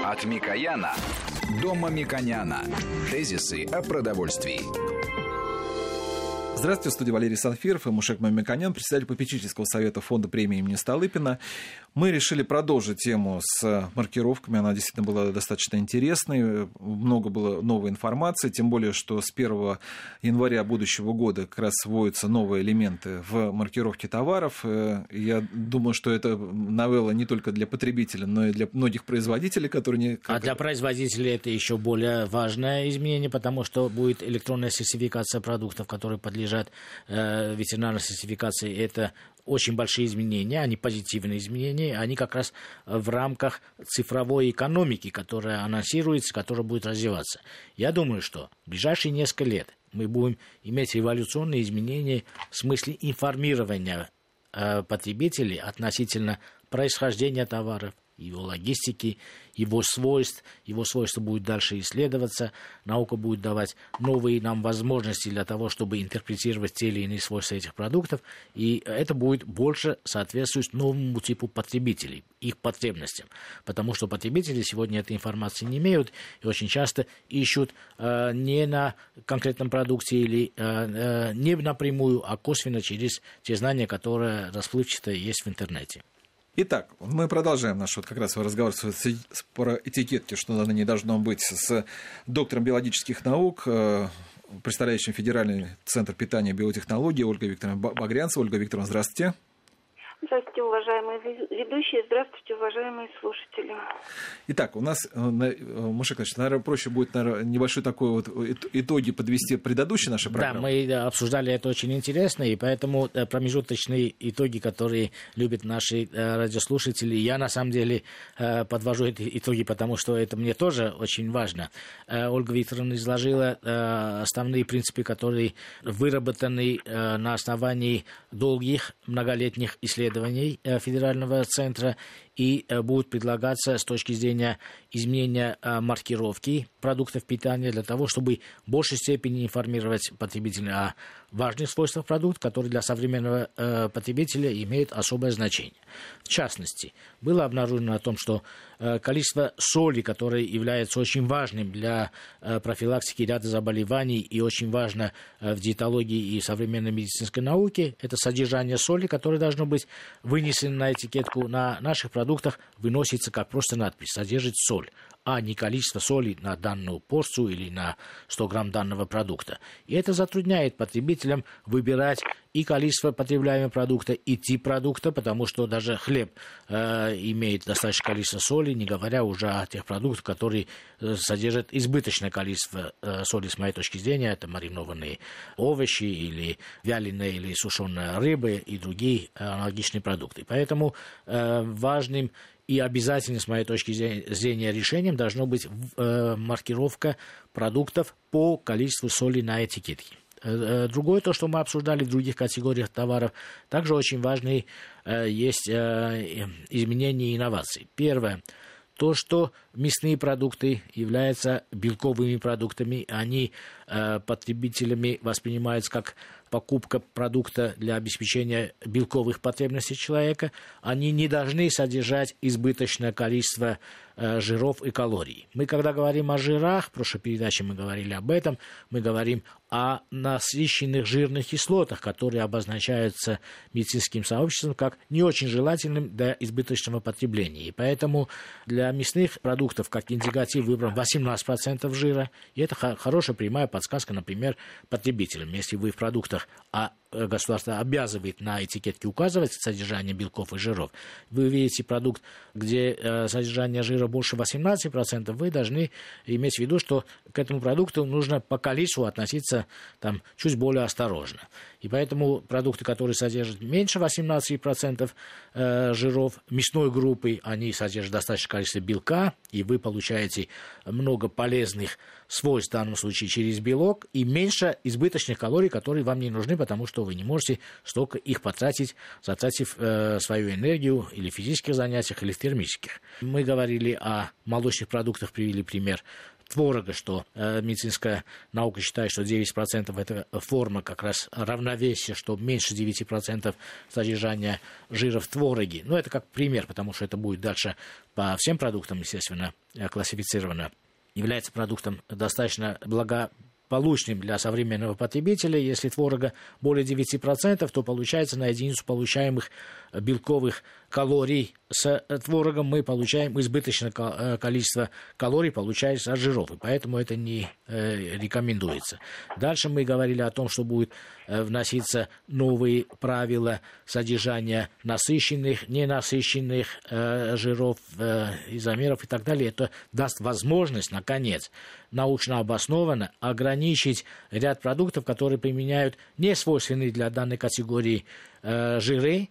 От Микояна до Мамиконяна. Тезисы о продовольствии. Здравствуйте, в студии Валерий Санфиров и Мушек Мамиконян, председатель попечительского совета фонда премии имени Столыпина. Мы решили продолжить тему с маркировками. Она действительно была достаточно интересной. Много было новой информации, тем более, что с 1 января будущего года как раз вводятся новые элементы в маркировке товаров. Я думаю, что это новелла не только для потребителя, но и для многих производителей, которые... А для производителей это еще более важное изменение, потому что будет электронная сертификация продуктов, которые подлежат ветеринарной сертификации. Это очень большие изменения, они позитивные изменения, они как раз в рамках цифровой экономики, которая анонсируется, которая будет развиваться. Я думаю, что в ближайшие несколько лет мы будем иметь революционные изменения в смысле информирования потребителей относительно происхождения товаров, его логистики, его свойства будут дальше исследоваться, наука будет давать новые нам возможности для того, чтобы интерпретировать те или иные свойства этих продуктов, и это будет больше соответствовать новому типу потребителей, их потребностям, потому что потребители сегодня этой информации не имеют и очень часто ищут не на конкретном продукте или не напрямую, а косвенно через те знания, которые расплывчато есть в интернете. Итак, мы продолжаем наш как раз разговор про этикетки, что на ней должно быть, с доктором биологических наук, представляющим Федеральный центр питания и биотехнологий Ольгой Викторовной Багрянцевой. Ольга Викторовна, здравствуйте. Здравствуйте, уважаемые ведущие, здравствуйте, уважаемые слушатели. Итак, у нас, Мушек, наверное, проще будет, небольшой такой вот итоги подвести предыдущей нашей программы. Да, мы обсуждали это очень интересно, и поэтому промежуточные итоги, которые любят наши радиослушатели, я на самом деле подвожу эти итоги, потому что это мне тоже очень важно. Ольга Викторовна изложила основные принципы, которые выработаны на основании долгих многолетних исследований Федерального центра и будут предлагаться с точки зрения изменения маркировки продуктов питания для того, чтобы в большей степени информировать потребителя о важных свойствах продукта, которые для современного потребителя имеют особое значение. В частности, было обнаружено о том, что количество соли, которое является очень важным для профилактики ряда заболеваний и очень важно в диетологии и современной медицинской науке, это содержание соли, которое должно быть вынесено на этикетку на наших продуктах, выносится как просто надпись «содержит соль», а не количество соли на данную порцию или на 100 грамм данного продукта. И это затрудняет потребителям выбирать и количество потребляемого продукта, и тип продукта, потому что даже хлеб имеет достаточное количество соли, не говоря уже о тех продуктах, которые содержат избыточное количество соли, с моей точки зрения. Это маринованные овощи, или вяленые, или сушеная рыба, и другие аналогичные продукты. Поэтому важным и обязательно, с моей точки зрения, решением должно быть маркировка продуктов по количеству соли на этикетке. Другое, то, что мы обсуждали в других категориях товаров, также очень важные есть изменения и инновации. Первое. То, что мясные продукты являются белковыми продуктами, они потребителями воспринимаются как покупка продукта для обеспечения белковых потребностей человека, они не должны содержать избыточное количество жиров и калорий. Мы, когда говорим о жирах, в прошлой передаче мы говорили об этом, мы говорим о насыщенных жирных кислотах, которые обозначаются медицинским сообществом как не очень желательным для избыточного потребления. И поэтому для мясных продуктов как индикатив выбран 18% жира, и это хорошая прямая подсказка, например, потребителям. Если вы в продуктах, а государство обязывает на этикетке указывать содержание белков и жиров, вы видите продукт, где содержание жира больше 18%, вы должны иметь в виду, что к этому продукту нужно по количеству относиться чуть более осторожно. И поэтому продукты, которые содержат меньше 18% жиров мясной группы, они содержат достаточное количество белка, и вы получаете много полезных свойств, в данном случае через белок, и меньше избыточных калорий, которые вам не нужны, потому что то вы не можете столько их затратив свою энергию или в физических занятиях, или в термических. Мы говорили о молочных продуктах, привели пример творога, что медицинская наука считает, что 9% это форма как раз равновесия, что меньше 9% содержания жира в твороге. Ну, это как пример, потому что это будет дальше по всем продуктам, естественно, классифицировано. Является продуктом достаточно благополучным для современного потребителя. Если творога более 9%, то получается на единицу получаемых белковых калорий с творогом мы получаем избыточное количество калорий, получается от жиров, и поэтому это не рекомендуется. Дальше мы говорили о том, что будут вноситься новые правила содержания насыщенных, ненасыщенных жиров, изомеров и так далее. Это даст возможность, наконец, научно обоснованно ограничить ряд продуктов, которые применяют несвойственные для данной категории жиры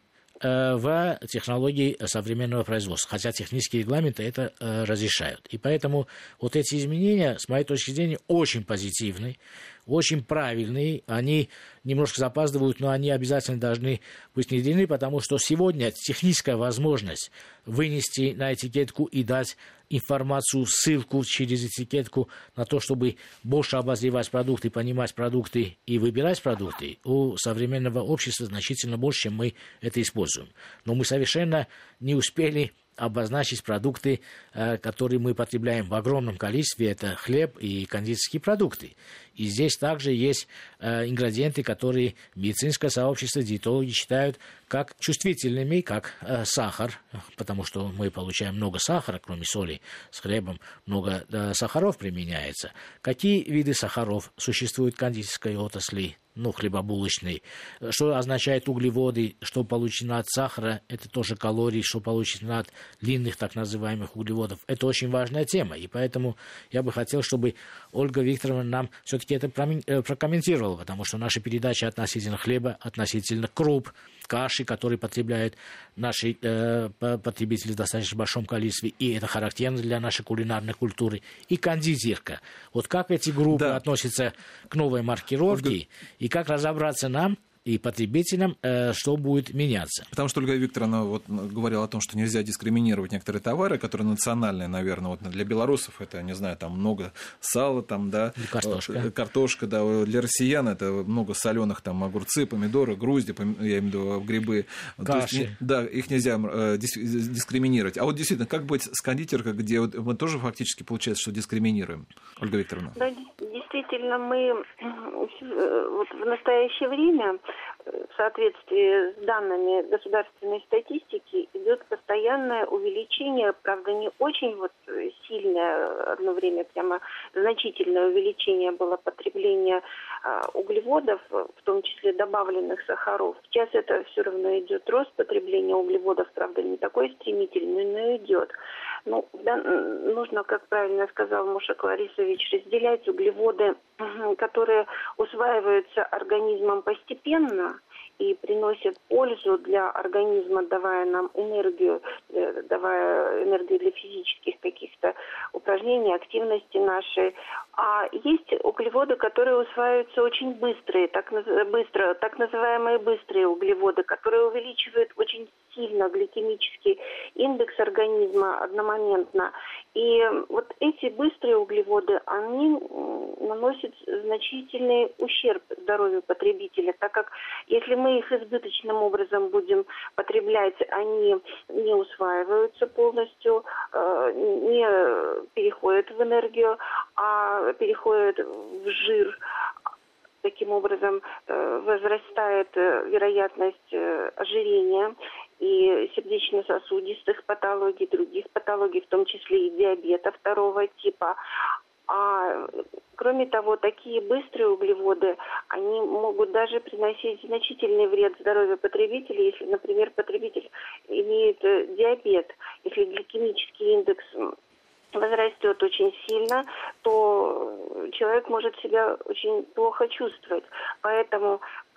в технологии современного производства, хотя технические регламенты это разрешают. И поэтому вот эти изменения, с моей точки зрения, очень позитивны, очень правильные, они немножко запаздывают, но они обязательно должны быть внедрены, потому что сегодня техническая возможность вынести на этикетку и дать информацию, ссылку через этикетку на то, чтобы больше обозревать продукты, понимать продукты и выбирать продукты, у современного общества значительно больше, чем мы это используем. Но мы совершенно не успели обозначить продукты, которые мы потребляем в огромном количестве. Это хлеб и кондитерские продукты. И здесь также есть ингредиенты, которые медицинское сообщество, диетологи считают как чувствительными, как сахар, потому что мы получаем много сахара, кроме соли, с хлебом много сахаров применяется. Какие виды сахаров существуют в кондитерской отрасли? Хлебобулочный. Что означает углеводы, что получено от сахара, это тоже калории, что получено от длинных так называемых углеводов. Это очень важная тема, и поэтому я бы хотел, чтобы Ольга Викторовна нам все-таки это прокомментировала, потому что наша передача относительно хлеба, относительно круп, каши, которые потребляют наши потребители в достаточно большом количестве, и это характерно для нашей кулинарной культуры, и кондитерка. Вот как эти группы относятся к новой маркировке, и как разобраться нам и потребителям, что будет меняться. Потому что Ольга Викторовна говорила о том, что нельзя дискриминировать некоторые товары, которые национальные, наверное. Для белорусов это, не знаю, там много сала, там, да, картошка, да, для россиян это много соленых, там, огурцы, помидоры, грузди, я имею в виду грибы. Каши. Есть, да, их нельзя дискриминировать. А вот действительно, как быть с кондитеркой, где мы тоже фактически получается, что дискриминируем, Ольга Викторовна? Да, действительно, мы в настоящее время в соответствии с данными государственной статистики идет постоянное увеличение, правда, не очень сильное, одно время прямо значительное увеличение было потребления углеводов, в том числе добавленных сахаров. Сейчас это все равно идет рост потребления углеводов, правда, не такой стремительный, но идет. Нужно, как правильно сказал Мушек Ларисович, разделять углеводы, которые усваиваются организмом постепенно и приносят пользу для организма, давая нам энергию, давая энергию для физических каких-то упражнений, активности нашей. А есть углеводы, которые усваиваются очень быстро, так называемые быстрые углеводы, которые увеличивают очень сильно гликемический индекс организма одномоментно. И вот эти быстрые углеводы, они наносят значительный ущерб здоровью потребителя, так как если мы их избыточным образом будем потреблять, они не усваиваются полностью, не переходят в энергию, а переходят в жир. Таким образом возрастает вероятность ожирения и сердечно-сосудистых патологий, других патологий, в том числе и диабета второго типа. А кроме того, такие быстрые углеводы, они могут даже приносить значительный вред здоровью потребителя, если, например, потребитель имеет диабет, если гликемический индекс возрастет очень сильно, то человек может себя очень плохо чувствовать. Поэтому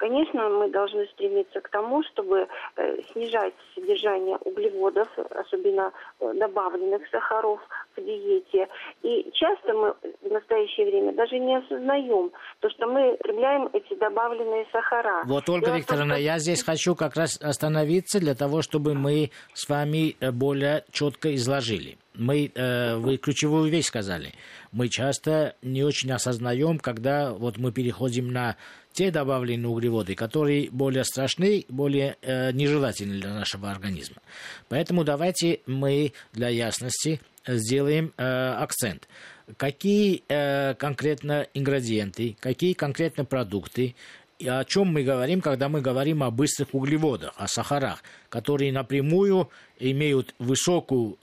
Конечно, мы должны стремиться к тому, чтобы снижать содержание углеводов, особенно добавленных сахаров в диете. И часто мы в настоящее время даже не осознаем то, что мы потребляем эти добавленные сахара. Вот, Ольга Викторовна, я здесь хочу как раз остановиться для того, чтобы мы с вами более четко изложили. Вы ключевую вещь сказали. Мы часто не очень осознаем, когда вот мы переходим на те добавленные углеводы, которые более страшны, более нежелательны для нашего организма. Поэтому давайте мы для ясности сделаем акцент. Какие конкретно ингредиенты, какие конкретно продукты, и о чем мы говорим, когда мы говорим о быстрых углеводах, о сахарах, которые напрямую имеют высокую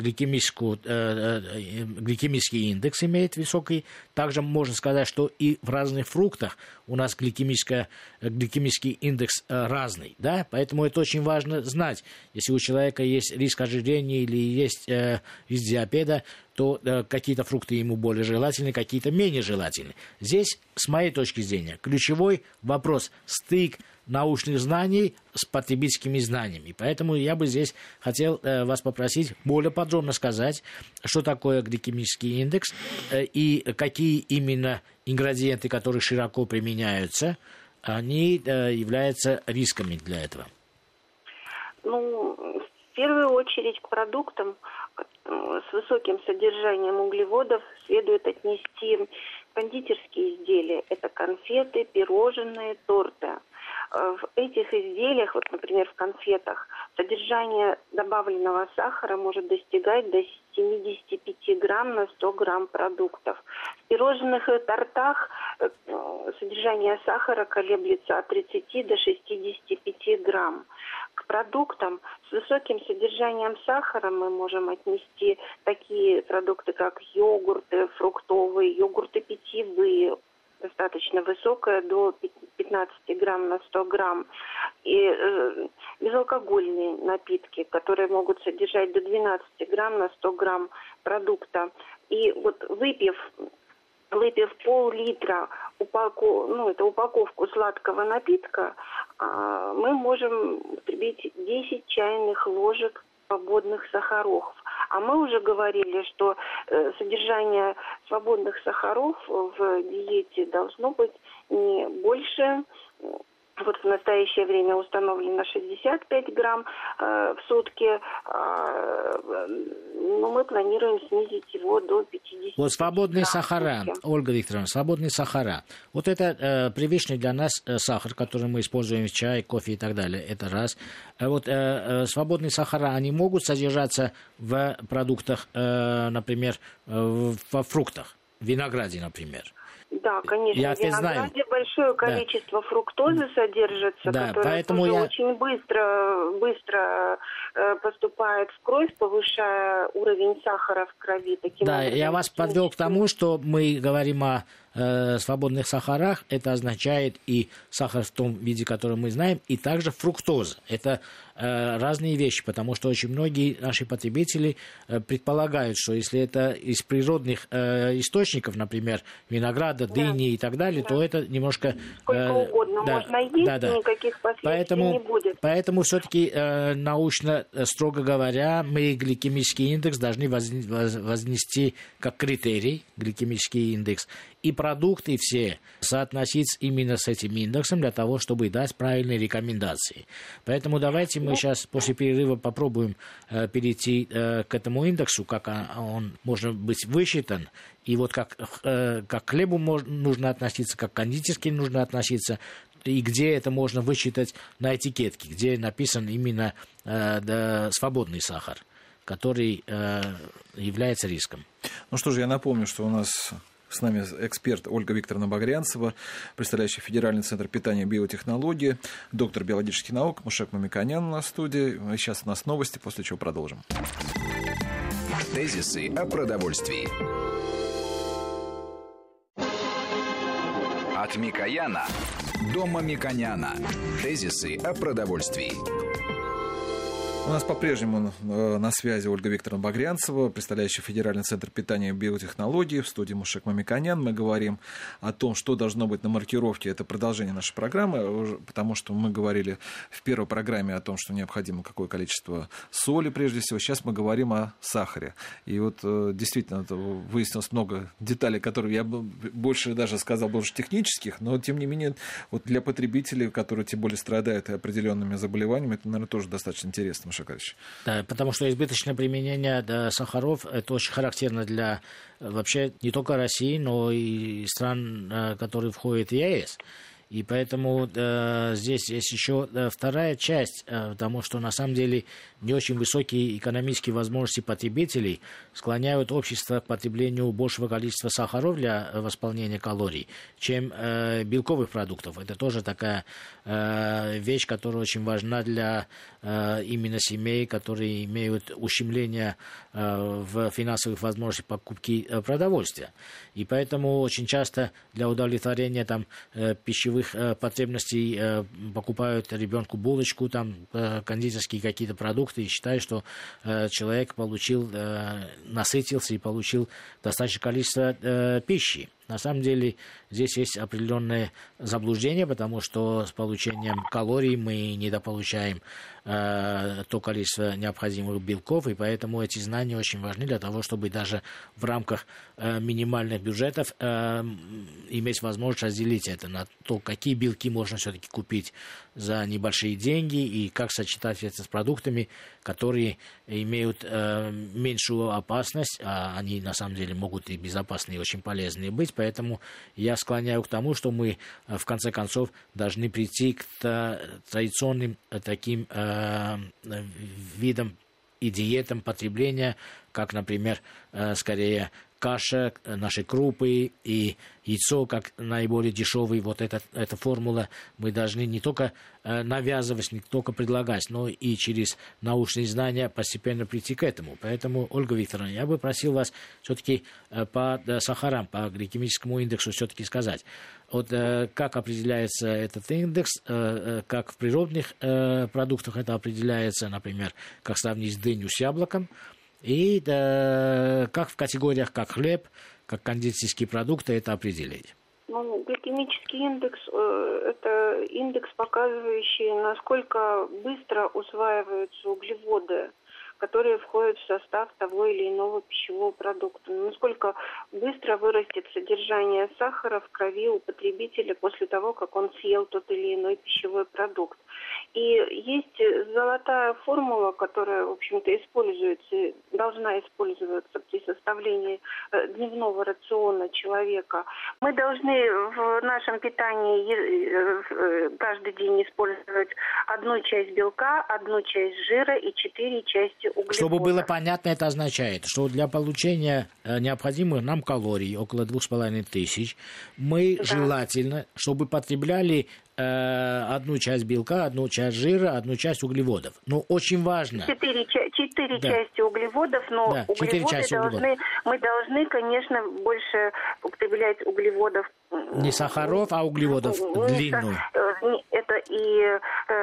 гликемический индекс, имеет высокий. Также можно сказать, что и в разных фруктах у нас гликемический индекс разный. Да? Поэтому это очень важно знать. Если у человека есть риск ожирения или есть риск диабета, то какие-то фрукты ему более желательны, какие-то менее желательны. Здесь, с моей точки зрения, ключевой вопрос – стык научных знаний с потребительскими знаниями. Поэтому я бы здесь хотел вас попросить более подробно сказать, что такое гликемический индекс и какие именно ингредиенты, которые широко применяются, они являются рисками для этого. В первую очередь к продуктам с высоким содержанием углеводов следует отнести кондитерские изделия. Это конфеты, пирожные, торты. В этих изделиях, вот, например, в конфетах, содержание добавленного сахара может достигать до 75 грамм на 100 грамм продуктов. В пирожных и тортах содержание сахара колеблется от 30 до 65 грамм. К продуктам с высоким содержанием сахара мы можем отнести такие продукты, как йогурты фруктовые, йогурты питьевые, достаточно высокая, до 15 грамм на 100 грамм. И безалкогольные напитки, которые могут содержать до 12 грамм на 100 грамм продукта. И вот выпив пол-литра упаковку сладкого напитка, мы можем употребить 10 чайных ложек свободных сахаров. А мы уже говорили, что содержание свободных сахаров в диете должно быть не больше, вот в настоящее время установлено 65 грамм в сутки, но мы планируем снизить его до 50. Вот свободные сахара, Ольга Викторовна, свободные сахара. Вот это привычный для нас сахар, который мы используем в чай, кофе и так далее. Это раз. Вот свободные сахара, они могут содержаться в продуктах, например, во фруктах, в винограде, например. Да, конечно, в винограде большое количество фруктозы содержится, которая очень быстро поступает в кровь, повышая уровень сахара в крови. Я вас подвел к тому, что мы говорим о свободных сахарах. Это означает и сахар в том виде, который мы знаем, и также фруктоза. Это разные вещи, потому что очень многие наши потребители предполагают, что если это из природных источников, например, винограда, дыни и так далее, то это немножко... Сколько угодно можно есть, никаких последствий не будет. Поэтому все-таки научно, строго говоря, мы гликемический индекс должны вознести как критерий, гликемический индекс, и продукты все соотносить именно с этим индексом для того, чтобы дать правильные рекомендации. Поэтому давайте мы сейчас после перерыва попробуем перейти к этому индексу, как он может быть высчитан, и вот как к хлебу нужно относиться, как к кондитерским нужно относиться, и где это можно высчитать на этикетке, где написан именно свободный сахар, который является риском. Ну что же, я напомню, что у нас с нами эксперт Ольга Викторовна Багрянцева, представляющая Федеральный центр питания и биотехнологии, доктор биологических наук Мушек Мамиканян на студии. Сейчас у нас новости, после чего продолжим. Тезисы о продовольствии. От Микояна до Мамиконяна. Тезисы о продовольствии. У нас по-прежнему на связи Ольга Викторовна Багрянцева, представляющая Федеральный центр питания и биотехнологий. В студии Мушек Мамиканян. Мы говорим о том, что должно быть на маркировке. Это продолжение нашей программы, потому что мы говорили в первой программе о том, что необходимо какое количество соли, прежде всего. Сейчас мы говорим о сахаре. И вот действительно выяснилось много деталей, которые я бы больше даже сказал, больше технических, но тем не менее вот для потребителей, которые тем более страдают определенными заболеваниями, это, наверное, тоже достаточно интересно. Да, потому что избыточное применение сахаров это очень характерно для вообще не только России, но и стран, которые входят в ЕС. И поэтому здесь есть еще вторая часть, потому что на самом деле не очень высокие экономические возможности потребителей склоняют общество к потреблению большего количества сахаров для восполнения калорий, чем белковых продуктов. Это тоже такая вещь, которая очень важна для именно семей, которые имеют ущемление в финансовых возможностях покупки продовольствия. И поэтому очень часто для удовлетворения пищевых потребностей покупают ребенку булочку, кондитерские какие-то продукты и считают, что человек насытился и получил достаточное количество пищи. На самом деле здесь есть определенное заблуждение, потому что с получением калорий мы недополучаем то количество необходимых белков, и поэтому эти знания очень важны для того, чтобы даже в рамках минимальных бюджетов иметь возможность разделить это на то, какие белки можно все-таки купить за небольшие деньги и как сочетать это с продуктами, которые имеют меньшую опасность, а они на самом деле могут и безопасные, и очень полезные быть. Поэтому я склоняю к тому, что мы в конце концов должны прийти к традиционным таким видам и диетам потребления, как, например, скорее каша, наши крупы и яйцо, как наиболее дешевый. Вот эта формула мы должны не только навязывать, не только предлагать, но и через научные знания постепенно прийти к этому. Поэтому, Ольга Викторовна, я бы просил вас все-таки по сахарам, по гликемическому индексу все-таки сказать. Вот как определяется этот индекс, как в природных продуктах это определяется, например, как сравнить дыню с яблоком, и как в категориях, как хлеб, как кондитерские продукты, это определить? Гликемический индекс – это индекс, показывающий, насколько быстро усваиваются углеводы, которые входят в состав того или иного пищевого продукта. Насколько быстро вырастет содержание сахара в крови у потребителя после того, как он съел тот или иной пищевой продукт. И есть золотая формула, которая, в общем-то, должна использоваться при составлении дневного рациона человека. Мы должны в нашем питании каждый день использовать 1 часть белка, 1 часть жира и 4 части углеводов. Чтобы было понятно, это означает, что для получения необходимых нам калорий, около 2500, мы желательно, чтобы потребляли 1 часть белка, 1 часть жира, 1 часть углеводов. Но очень важно. 4 части углеводов, но мы должны, конечно, больше употреблять углеводов. Не сахаров, а углеводов длинную. Это и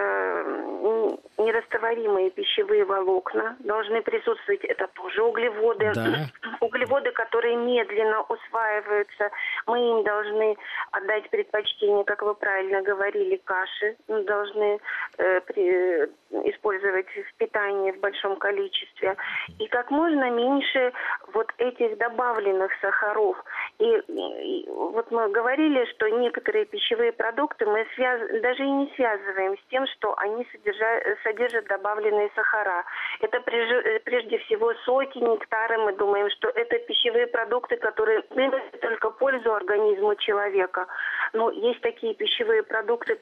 нерастворимые пищевые волокна должны присутствовать. Это тоже углеводы. Да. Углеводы, которые медленно усваиваются. Мы им должны отдать предпочтение, как вы правильно говорили, каши. Мы должны использовать в питании в большом количестве. И как можно меньше вот этих добавленных сахаров. И вот мы говорили, что некоторые пищевые продукты мы даже и не связываем с тем, что они содержат добавленные сахара. Это прежде всего соки, нектары. Мы думаем, что это пищевые продукты, которые приносят только пользу организму человека. Но есть такие пищевые продукты,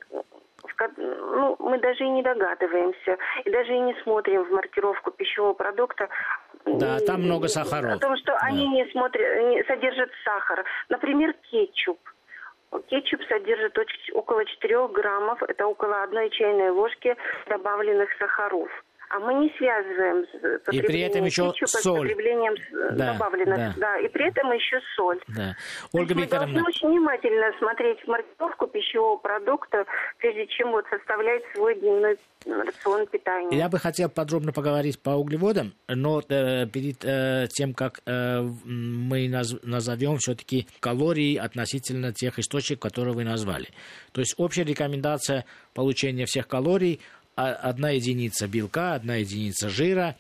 мы даже и не догадываемся, и даже и не смотрим в маркировку пищевого продукта. Да, там много сахаров. О том, что они не содержат сахар. Например, кетчуп. Кетчуп содержит около 4 граммов, это около 1 чайной ложки добавленных сахаров. А мы не связываем и при этом еще соль. Потреблением добавленных. Да, и при этом еще соль. Да. Ольга Викторовна. Мы должны очень внимательно смотреть маркировку пищевого продукта, прежде чем составлять свой дневной рацион питания. Я бы хотел подробно поговорить по углеводам, но перед тем, как мы назовем все-таки калории относительно тех источников, которые вы назвали. То есть общая рекомендация получения всех калорий: 1 единица белка, 1 единица жира,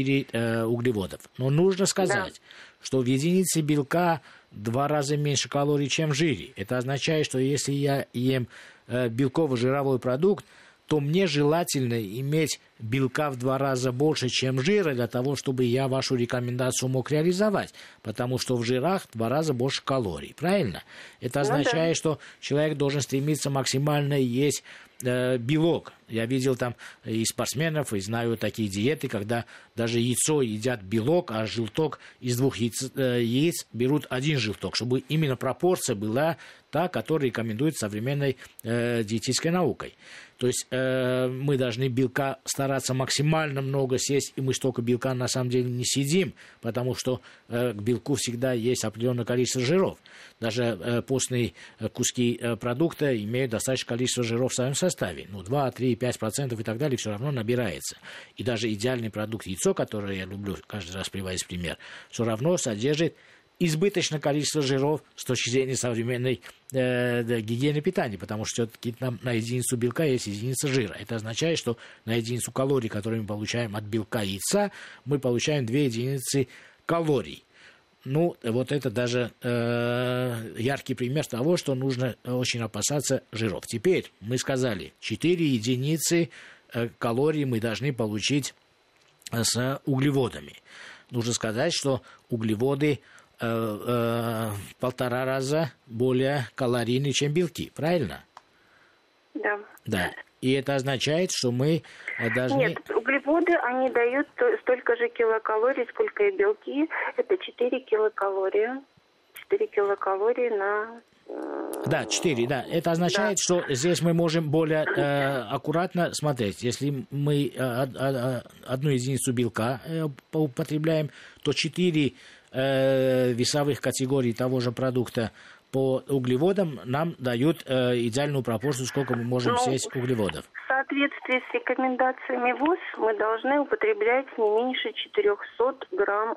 4 углеводов. Но нужно сказать, что в единице белка 2 раза меньше калорий, чем в жире. Это означает, что если я ем белково-жировой продукт, то мне желательно иметь белка в 2 раза больше, чем жира, для того, чтобы я вашу рекомендацию мог реализовать. Потому что в жирах в 2 раза больше калорий. Правильно? Это означает, что человек должен стремиться максимально есть белок. Я видел там и спортсменов, и знаю такие диеты, когда даже яйцо едят белок, а желток из 2 яиц берут 1 желток, чтобы именно пропорция была та, которая рекомендуется современной диетической наукой. То есть мы должны белка стараться максимально много съесть, и мы столько белка на самом деле не съедим, потому что к белку всегда есть определенное количество жиров. Даже постные куски продукта имеют достаточное количество жиров в своем составе. 2, 3, 5% и так далее все равно набирается. И даже идеальный продукт яйцо, который я люблю каждый раз приводить в пример, все равно содержит избыточное количество жиров с точки зрения современной гигиены питания, потому что все-таки нам на единицу белка есть единица жира. Это означает, что на единицу калорий, которые мы получаем от белка яйца, мы получаем 2 единицы калорий. Вот это даже яркий пример того, что нужно очень опасаться жиров. Теперь мы сказали, 4 единицы калорий мы должны получить с углеводами. Нужно сказать, что углеводы 1,5 раза более калорийны, чем белки, правильно? Да. И это означает, что мы должны... Нет, углеводы, они дают столько же килокалорий, сколько и белки. Это 4 килокалории. 4 килокалории на... Да, 4, да. Это означает, что здесь мы можем более аккуратно смотреть. Если мы 1 единицу белка употребляем, то 4 весовых категорий того же продукта по углеводам нам дают идеальную пропорцию, сколько мы можем съесть углеводов. В соответствии с рекомендациями ВОЗ мы должны употреблять не меньше 400 грамм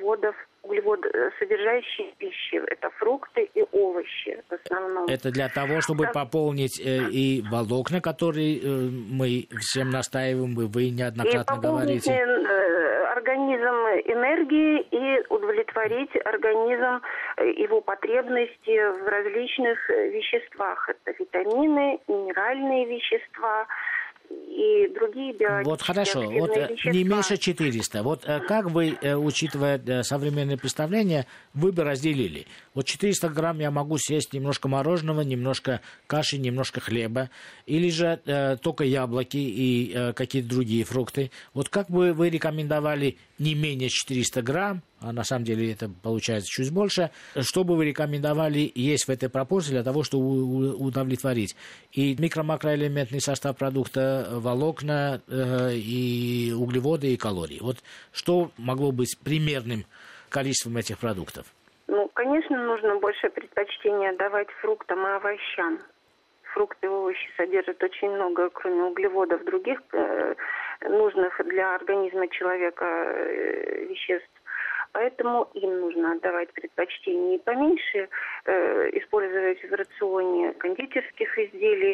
углеводосодержащей пищи. Это фрукты и овощи в основном. Это для того, чтобы пополнить и волокна, которые мы всем настаиваем, вы неоднократно говорите. Организм энергии и удовлетворить организм его потребности в различных веществах. Это витамины, минеральные вещества и другие биологические Вот хорошо, вещества. Не меньше 400. Как вы, учитывая современное представление, вы бы разделили? 400 грамм я могу съесть немножко мороженого, немножко каши, немножко хлеба, или же только яблоки и какие-то другие фрукты. Как бы вы рекомендовали не менее 400 грамм, а на самом деле это получается чуть больше, что бы вы рекомендовали есть в этой пропорции для того, чтобы удовлетворить и микро-макроэлементный состав продукта, волокна, и углеводы, и калории? Что могло быть примерным количеством этих продуктов? Конечно, нужно больше предпочтения давать фруктам и овощам. Фрукты и овощи содержат очень много, кроме углеводов, других нужных для организма человека веществ. Поэтому им нужно отдавать предпочтение и поменьше использовать в рационе кондитерских изделий,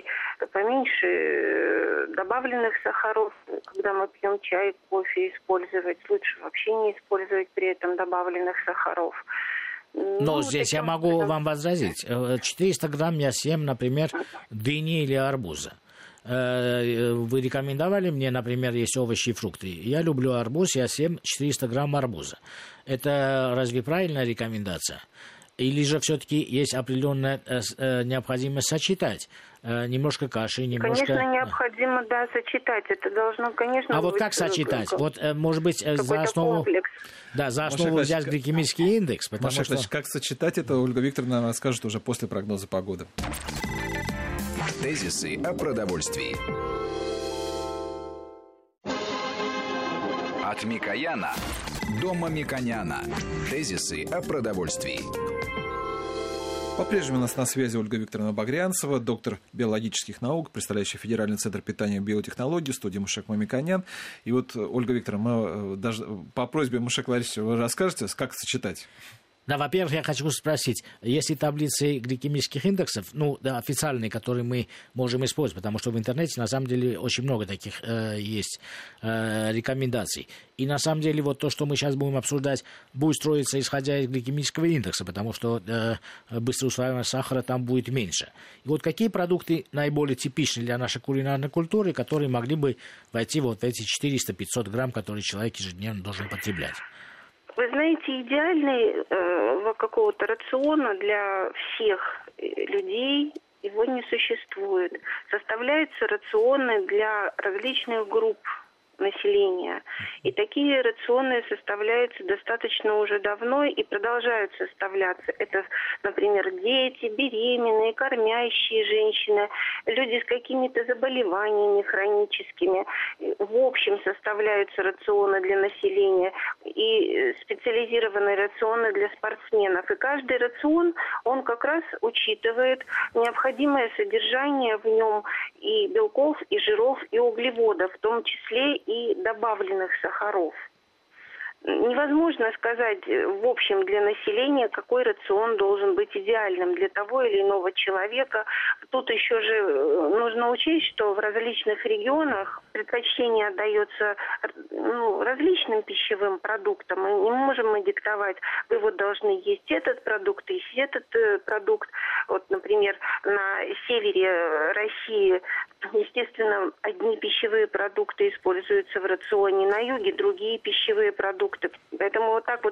поменьше добавленных сахаров, когда мы пьем чай, кофе, использовать. Лучше вообще не использовать при этом добавленных сахаров. Но здесь я могу вам возразить. 400 грамм я съем, например, дыни или арбуза. Вы рекомендовали мне, например, есть овощи и фрукты. Я люблю арбуз, я съем 400 грамм арбуза. Это разве правильная рекомендация? Или же все-таки есть определенная необходимость сочетать? Немножко каши, немножко... Конечно, необходимо, сочетать. Это должно, конечно... А как сочетать? Может быть, за основу... Комплекс. Да, за основу взять гликемический индекс, потому что... Как сочетать это, Ольга Викторовна расскажет уже после прогноза погоды. Тезисы о продовольствии. От Микояна до Мамиконяна. Тезисы о продовольствии. По-прежнему у нас на связи Ольга Викторовна Багрянцева, доктор биологических наук, представляющая Федеральный центр питания и биотехнологий, студия Мушек Мамиконян. И вот, Ольга Викторовна, мы даже по просьбе Мушек Ларисовича вы расскажете, как сочетать? Да, во-первых, я хочу спросить, есть ли таблицы гликемических индексов, официальные, которые мы можем использовать, потому что в интернете, на самом деле, очень много таких есть рекомендаций. И, на самом деле, вот то, что мы сейчас будем обсуждать, будет строиться исходя из гликемического индекса, потому что быстрая усваиваемость сахара там будет меньше. И вот какие продукты наиболее типичны для нашей кулинарной культуры, которые могли бы войти вот в эти 400-500 грамм, которые человек ежедневно должен потреблять? Вы знаете, идеального какого-то рациона для всех людей его не существует. Составляются рационы для различных групп населения. И такие рационы составляются достаточно уже давно и продолжают составляться. Это, например, дети, беременные, кормящие женщины, люди с какими-то заболеваниями хроническими. В общем, составляются рационы для населения и специализированные рационы для спортсменов. И каждый рацион, он как раз учитывает необходимое содержание в нем и белков, и жиров, и углеводов, в том числе и добавленных сахаров. Невозможно сказать в общем для населения, какой рацион должен быть идеальным для того или иного человека. Тут еще же нужно учесть, что в различных регионах предпочтение отдается различным пищевым продуктам. Мы не можем диктовать, вы вот должны есть этот продукт и этот продукт. Вот, например, на севере России, естественно, одни пищевые продукты используются в рационе, на юге другие пищевые продукты. Поэтому вот так вот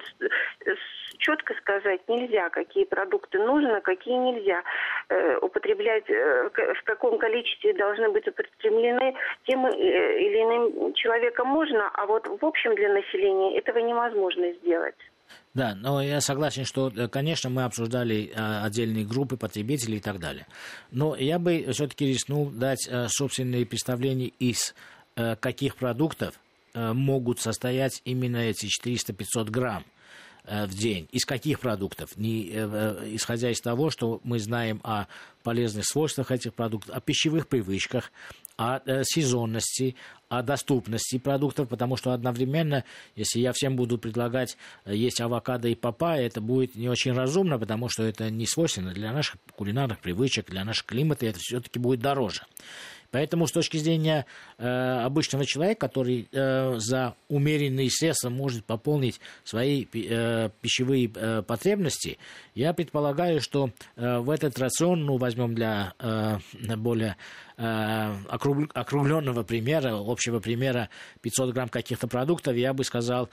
четко сказать нельзя, какие продукты нужно, какие нельзя употреблять, в каком количестве должны быть употреблены тем или иным человеком можно, а вот в общем для населения этого невозможно сделать. Да, но я согласен, что, конечно, мы обсуждали отдельные группы потребителей и так далее. Но я бы все-таки рискнул дать собственные представления из каких продуктов могут состоять именно эти 400-500 грамм в день. Из каких продуктов? Не исходя из того, что мы знаем о полезных свойствах этих продуктов, о пищевых привычках, о сезонности, о доступности продуктов, потому что одновременно, если я всем буду предлагать есть авокадо и папайя, это будет не очень разумно, потому что это не свойственно для наших кулинарных привычек, для нашего климата, и это все-таки будет дороже. Поэтому с точки зрения обычного человека, который за умеренные средства может пополнить свои пищевые потребности, я предполагаю, что в этот рацион, возьмем для более округленного примера, общего примера 500 грамм каких-то продуктов, я бы сказал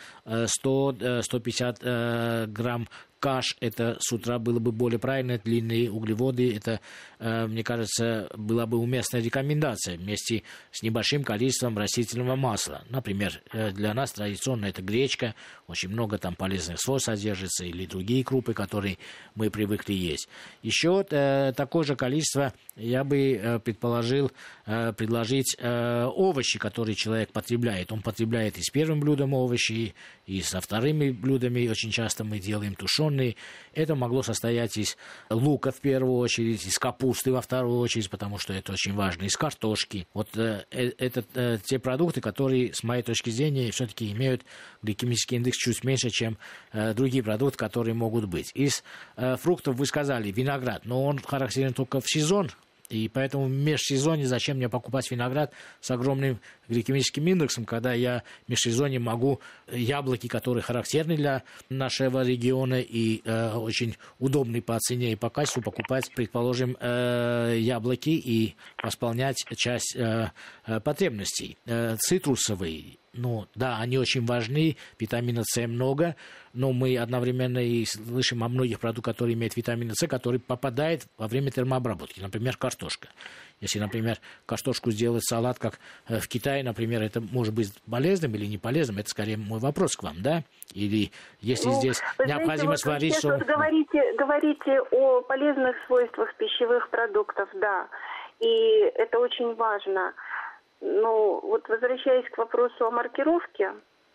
100-150 грамм каш, это с утра было бы более правильно, длинные углеводы, это, мне кажется, была бы уместная рекомендация вместе с небольшим количеством растительного масла. Например, для нас традиционно это гречка, очень много там полезных свойств содержится, или другие крупы, которые мы привыкли есть. Еще такое же количество я бы предложить овощи, которые человек потребляет. Он потребляет и с первым блюдом овощи, и со вторыми блюдами очень часто мы делаем тушеные. Это могло состоять из лука в первую очередь, из капусты во вторую очередь, потому что это очень важно, из картошки. Вот это те продукты, которые, с моей точки зрения, все-таки имеют гликемический индекс чуть меньше, чем другие продукты, которые могут быть. Из фруктов вы сказали виноград, но он характерен только в сезон. И поэтому в межсезонье зачем мне покупать виноград с огромным гликемическим индексом, когда я в межсезонье могу яблоки, которые характерны для нашего региона и очень удобны по цене и по качеству, покупать, предположим, яблоки и восполнять часть потребностей. Цитрусовые. Да, они очень важны, витамина С много, но мы одновременно и слышим о многих продуктах, которые имеют витамин С, который попадает во время термообработки, например, картошка. Если, например, картошку сделать салат, как в Китае, например, это может быть полезным или не полезным, это скорее мой вопрос к вам, да? Или если здесь необходимо сварить... Вы говорите о полезных свойствах пищевых продуктов, да, и это очень важно. Вот возвращаясь к вопросу о маркировке,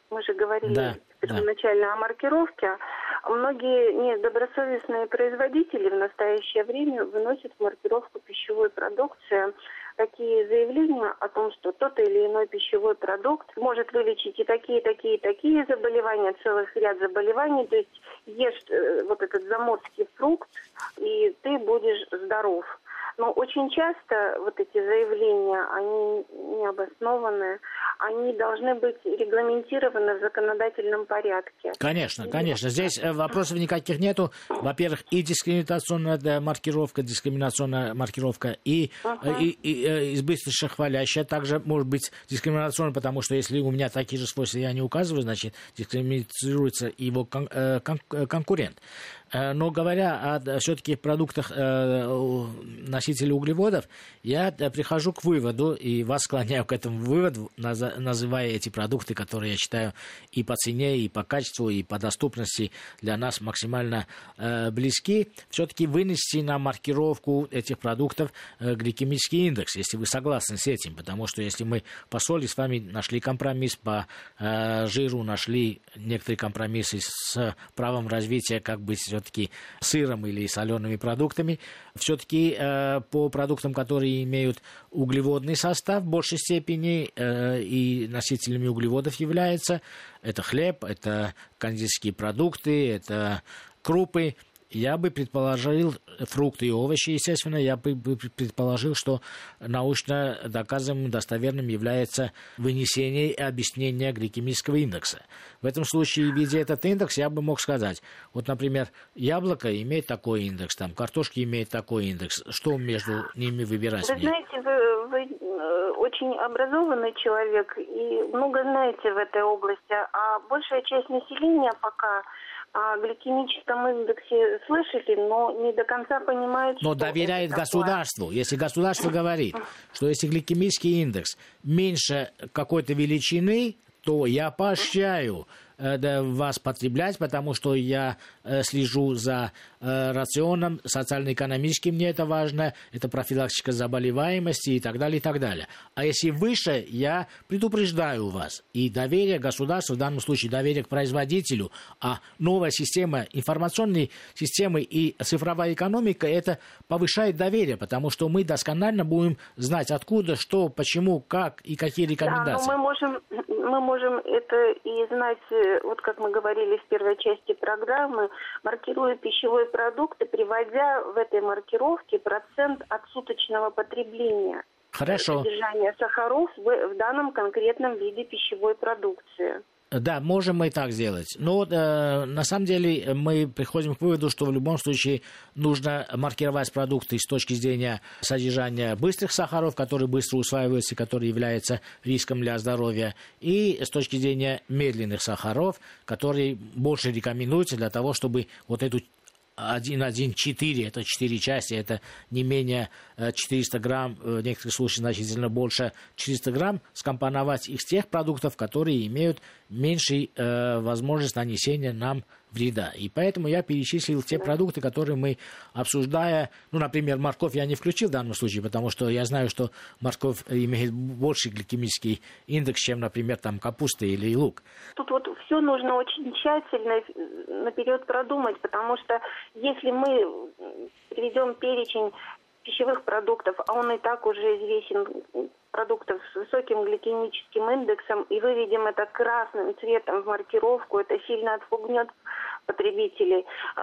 мы же говорили первоначально о маркировке, многие недобросовестные производители в настоящее время выносят в маркировку пищевой продукции такие заявления о том, что тот или иной пищевой продукт может вылечить и такие заболевания, целый ряд заболеваний. То есть ешь вот этот заморский фрукт, и ты будешь здоров. Но очень часто вот эти заявления, они необоснованные, они должны быть регламентированы в законодательном порядке. Конечно. Здесь вопросов никаких нету. Во-первых, и дискриминационная маркировка, и избыточно хвалящая также может быть дискриминационной, потому что если у меня такие же свойства я не указываю, значит, дискриминируется его конкурент. Но говоря о все-таки продуктах носителей углеводов, я прихожу к выводу, и вас склоняю к этому выводу, называя эти продукты, которые я считаю и по цене, и по качеству, и по доступности для нас максимально близки, все-таки вынести на маркировку этих продуктов гликемический индекс, если вы согласны с этим, потому что если мы по соли с вами нашли компромисс, по жиру нашли некоторые компромиссы с правом развития, как быть все-таки сыром или солеными продуктами, все-таки по продуктам, которые имеют углеводный состав, в большей степени и носителями углеводов являются, это хлеб, это кондитерские продукты, это крупы. Я бы предположил, фрукты и овощи, естественно, я бы предположил, что научно доказанным, достоверным является вынесение и объяснение гликемического индекса. В этом случае, видя этот индекс, я бы мог сказать, вот, например, яблоко имеет такой индекс, там, картошка имеет такой индекс, что между ними выбирать? Вы знаете, вы очень образованный человек и много знаете в этой области, а большая часть населения пока о гликемическом индексе слышали, но не до конца понимают, но доверяет государству. Если государство говорит, что если гликемический индекс меньше какой-то величины, то я поощряю вас потреблять, потому что я слежу за рационом, социально-экономически мне это важно, это профилактика заболеваемости и так далее, и так далее. А если выше, я предупреждаю вас. И доверие государству, в данном случае доверие к производителю, а новая система, информационной системы и цифровая экономика, это повышает доверие, потому что мы досконально будем знать, откуда, что, почему, как и какие рекомендации. Да, но мы можем это и знать, вот как мы говорили в первой части программы, маркируя пищевой продукт и приводя в этой маркировке процент от суточного потребления. Хорошо. Содержания сахаров в данном конкретном виде пищевой продукции. Да, можем мы и так сделать. Но на самом деле мы приходим к выводу, что в любом случае нужно маркировать продукты с точки зрения содержания быстрых сахаров, которые быстро усваиваются, которые являются риском для здоровья, и с точки зрения медленных сахаров, которые больше рекомендуются для того, чтобы вот эту 1,1,4, это 4 части, это не менее 400 грамм, в некоторых случаях значительно больше 400 грамм, скомпоновать из тех продуктов, которые имеют меньшую возможность нанесения нам вреда. И поэтому я перечислил те продукты, которые мы, обсуждая, ну, например, морковь я не включил в данном случае, потому что я знаю, что морковь имеет больший гликемический индекс, чем, например, там капуста или лук. Тут вот все нужно очень тщательно наперед продумать, потому что если мы приведем перечень пищевых продуктов, а он и так уже известен, продуктов с высоким гликемическим индексом, и выведем это красным цветом в маркировку, это сильно отпугнет потребителей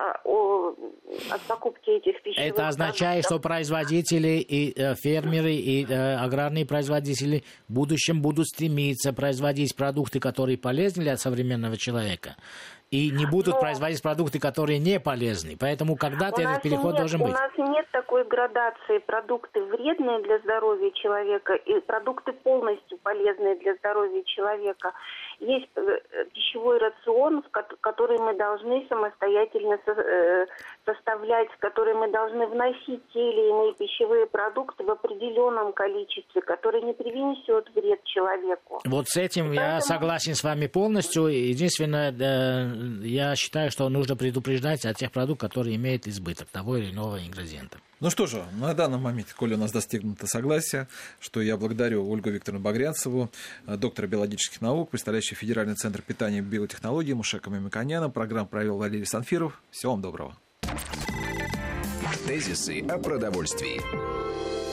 от покупки этих пищевых Это означает, что производители и фермеры, и аграрные производители в будущем будут стремиться производить продукты, которые полезны для современного человека, и не будут производить продукты, которые не полезны. Поэтому когда-то этот переход должен быть. У нас нет такой градации. Продукты вредные для здоровья человека и продукты полностью полезные для здоровья человека. Есть пищевой рацион, который мы должны самостоятельно составлять, в который мы должны вносить те или иные пищевые продукты в определенном количестве, который не принесет вред человеку. Вот с этим я согласен с вами полностью. Единственное, я считаю, что нужно предупреждать о тех продуктах, которые имеют избыток того или иного ингредиента. Ну что же, на данном моменте, коли у нас достигнуто согласие, что я благодарю Ольгу Викторовну Багрянцеву, доктора биологических наук, представляющего Федеральный центр питания и биотехнологий Мушека Мамиканяна. Программу провел Валерий Санфиров. Всего вам доброго. Тезисы о продовольствии.